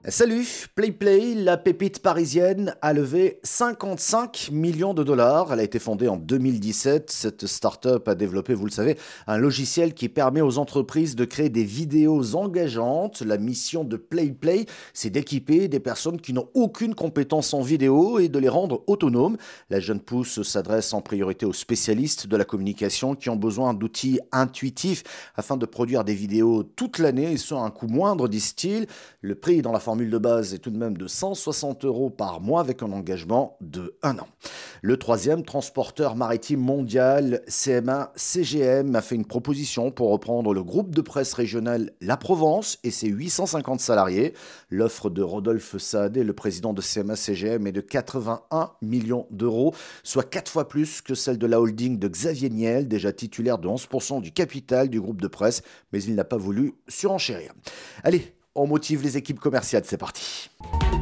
Salut, PlayPlay, la pépite parisienne, a levé 55 millions de dollars. Elle a été fondée en 2017. Cette start-up a développé, vous le savez, un logiciel qui permet aux entreprises de créer des vidéos engageantes. La mission de PlayPlay, c'est d'équiper des personnes qui n'ont aucune compétence en vidéo et de les rendre autonomes. La jeune pousse s'adresse en priorité aux spécialistes de la communication qui ont besoin d'outils intuitifs afin de produire des vidéos toute l'année et ce à un coût moindre, disent-ils. Le prix dans la formule de base est tout de même de 160 euros par mois avec un engagement de 1 an. Le troisième transporteur maritime mondial, CMA CGM, a fait une proposition pour reprendre le groupe de presse régional La Provence et ses 850 salariés. L'offre de Rodolphe Saadé, le président de CMA CGM, est de 81 millions d'euros, soit 4 fois plus que celle de la holding de Xavier Niel, déjà titulaire de 11% du capital du groupe de presse, mais il n'a pas voulu surenchérir. Allez, on motive les équipes commerciales, c'est parti.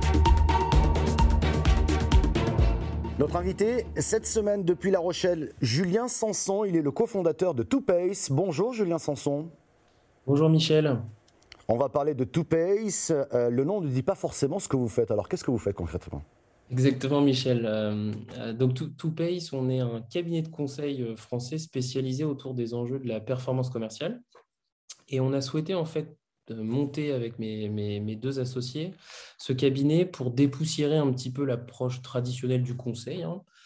Notre invité, cette semaine depuis La Rochelle, Julien Sanson, il est le cofondateur de TwoPace. Bonjour Julien Sanson. Bonjour Michel. On va parler de TwoPace. Le nom ne dit pas forcément ce que vous faites. Alors qu'est-ce que vous faites concrètement ? Exactement Michel. Donc TwoPace, on est un cabinet de conseil français spécialisé autour des enjeux de la performance commerciale. Et on a souhaité en fait monter avec mes deux associés ce cabinet pour dépoussiérer un petit peu l'approche traditionnelle du conseil,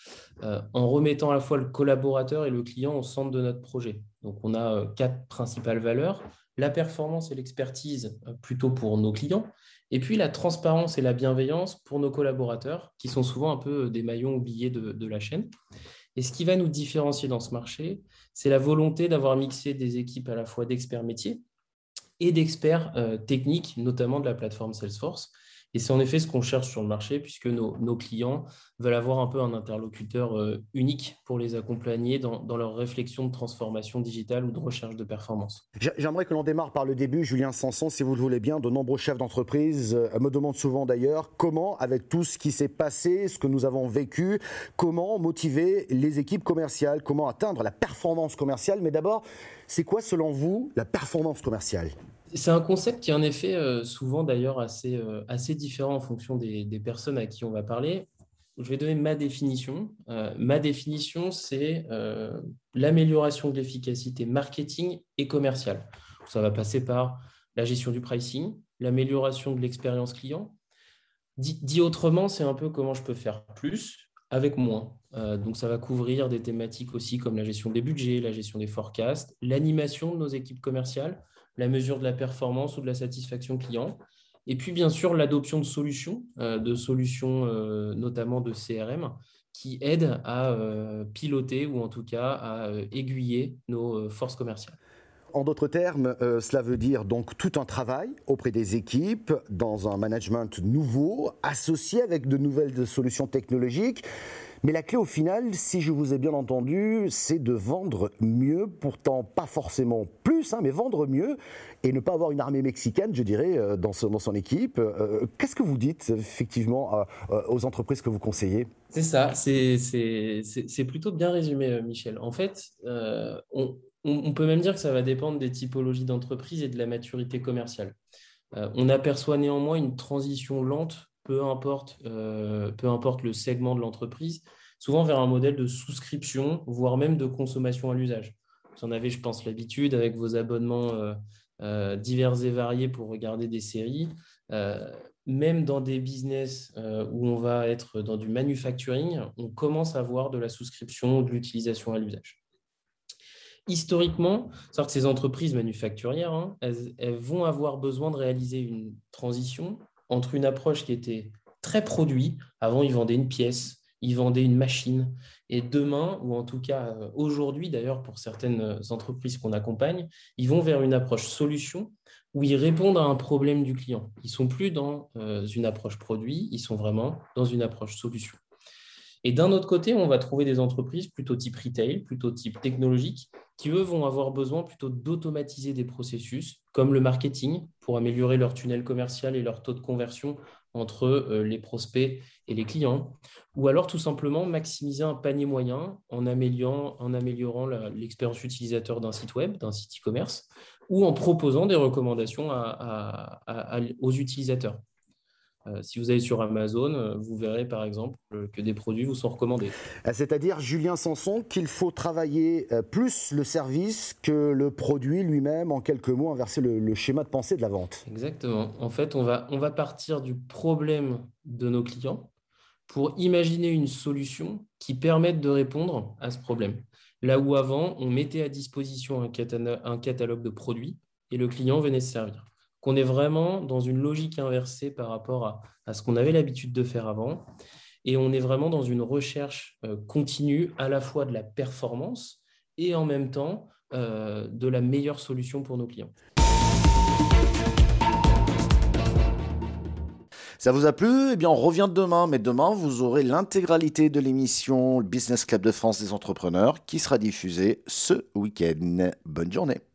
en remettant à la fois le collaborateur et le client au centre de notre projet. Donc on a 4 principales valeurs: la performance et l'expertise plutôt pour nos clients, et puis la transparence et la bienveillance pour nos collaborateurs, qui sont souvent un peu des maillons oubliés de la chaîne. Et ce qui va nous différencier dans ce marché, c'est la volonté d'avoir mixé des équipes à la fois d'experts métiers et d'experts techniques, notamment de la plateforme Salesforce. Et c'est en effet ce qu'on cherche sur le marché, puisque nos clients veulent avoir un peu un interlocuteur unique pour les accompagner dans leur réflexion de transformation digitale ou de recherche de performance. J'aimerais que l'on démarre par le début, Julien Sanson, si vous le voulez bien. De nombreux chefs d'entreprise me demandent souvent d'ailleurs comment, avec tout ce qui s'est passé, ce que nous avons vécu, comment motiver les équipes commerciales, comment atteindre la performance commerciale. Mais d'abord, c'est quoi selon vous la performance commerciale ? C'est un concept qui est en effet souvent d'ailleurs assez différent en fonction des personnes à qui on va parler. Je vais donner ma définition. Ma définition, c'est l'amélioration de l'efficacité marketing et commerciale. Ça va passer par la gestion du pricing, l'amélioration de l'expérience client. Dit autrement, c'est un peu comment je peux faire plus avec moins. Donc ça va couvrir des thématiques aussi comme la gestion des budgets, la gestion des forecasts, l'animation de nos équipes commerciales, la mesure de la performance ou de la satisfaction client. Et puis, bien sûr, l'adoption de solutions notamment de CRM, qui aident à piloter ou en tout cas à aiguiller nos forces commerciales. En d'autres termes, cela veut dire donc tout un travail auprès des équipes, dans un management nouveau, associé avec de nouvelles solutions technologiques. Mais la clé au final, si je vous ai bien entendu, c'est de vendre mieux, pourtant pas forcément plus, mais vendre mieux et ne pas avoir une armée mexicaine, je dirais, dans son équipe. Qu'est-ce que vous dites effectivement aux entreprises que vous conseillez ? C'est ça, c'est plutôt bien résumé, Michel. En fait, on peut même dire que ça va dépendre des typologies d'entreprise et de la maturité commerciale. On aperçoit néanmoins une transition lente, peu importe le segment de l'entreprise, souvent vers un modèle de souscription, voire même de consommation à l'usage. Vous en avez, je pense, l'habitude avec vos abonnements divers et variés pour regarder des séries. Même dans des business où on va être dans du manufacturing, on commence à voir de la souscription ou de l'utilisation à l'usage. Historiquement, c'est-à-dire que ces entreprises manufacturières, elles vont avoir besoin de réaliser une transition entre une approche qui était très produit. Avant, ils vendaient une pièce, ils vendaient une machine. Et demain, ou en tout cas aujourd'hui d'ailleurs pour certaines entreprises qu'on accompagne, ils vont vers une approche solution où ils répondent à un problème du client. Ils ne sont plus dans une approche produit, ils sont vraiment dans une approche solution. Et d'un autre côté, on va trouver des entreprises plutôt type retail, plutôt type technologique, qui, eux, vont avoir besoin plutôt d'automatiser des processus, comme le marketing, pour améliorer leur tunnel commercial et leur taux de conversion entre les prospects et les clients, ou alors tout simplement maximiser un panier moyen en améliorant l'expérience utilisateur d'un site web, d'un site e-commerce, ou en proposant des recommandations aux utilisateurs. Si vous allez sur Amazon, vous verrez par exemple que des produits vous sont recommandés. C'est-à-dire, Julien Sanson, qu'il faut travailler plus le service que le produit lui-même, en quelques mots, inverser le schéma de pensée de la vente. Exactement. En fait, on va partir du problème de nos clients pour imaginer une solution qui permette de répondre à ce problème. Là où avant, on mettait à disposition un catalogue de produits et le client venait se servir. Qu'on est vraiment dans une logique inversée par rapport à ce qu'on avait l'habitude de faire avant. Et on est vraiment dans une recherche continue à la fois de la performance et en même temps de la meilleure solution pour nos clients. Ça vous a plu? Eh bien, on revient demain, mais demain, vous aurez l'intégralité de l'émission Business Club de France des entrepreneurs qui sera diffusée ce week-end. Bonne journée.